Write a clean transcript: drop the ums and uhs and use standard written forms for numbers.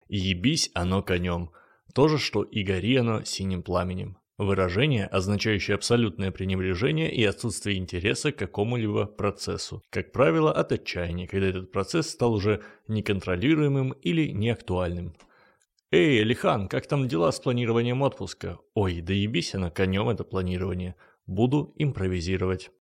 «Ебись оно конем». То же, что «и гори оно синим пламенем». Выражение, означающее абсолютное пренебрежение и отсутствие интереса к какому-либо процессу. Как правило, от отчаяния, когда этот процесс стал уже неконтролируемым или неактуальным. «Эй, Алихан, как там дела с планированием отпуска?» «Ой, да ебись оно конем это планирование. Буду импровизировать».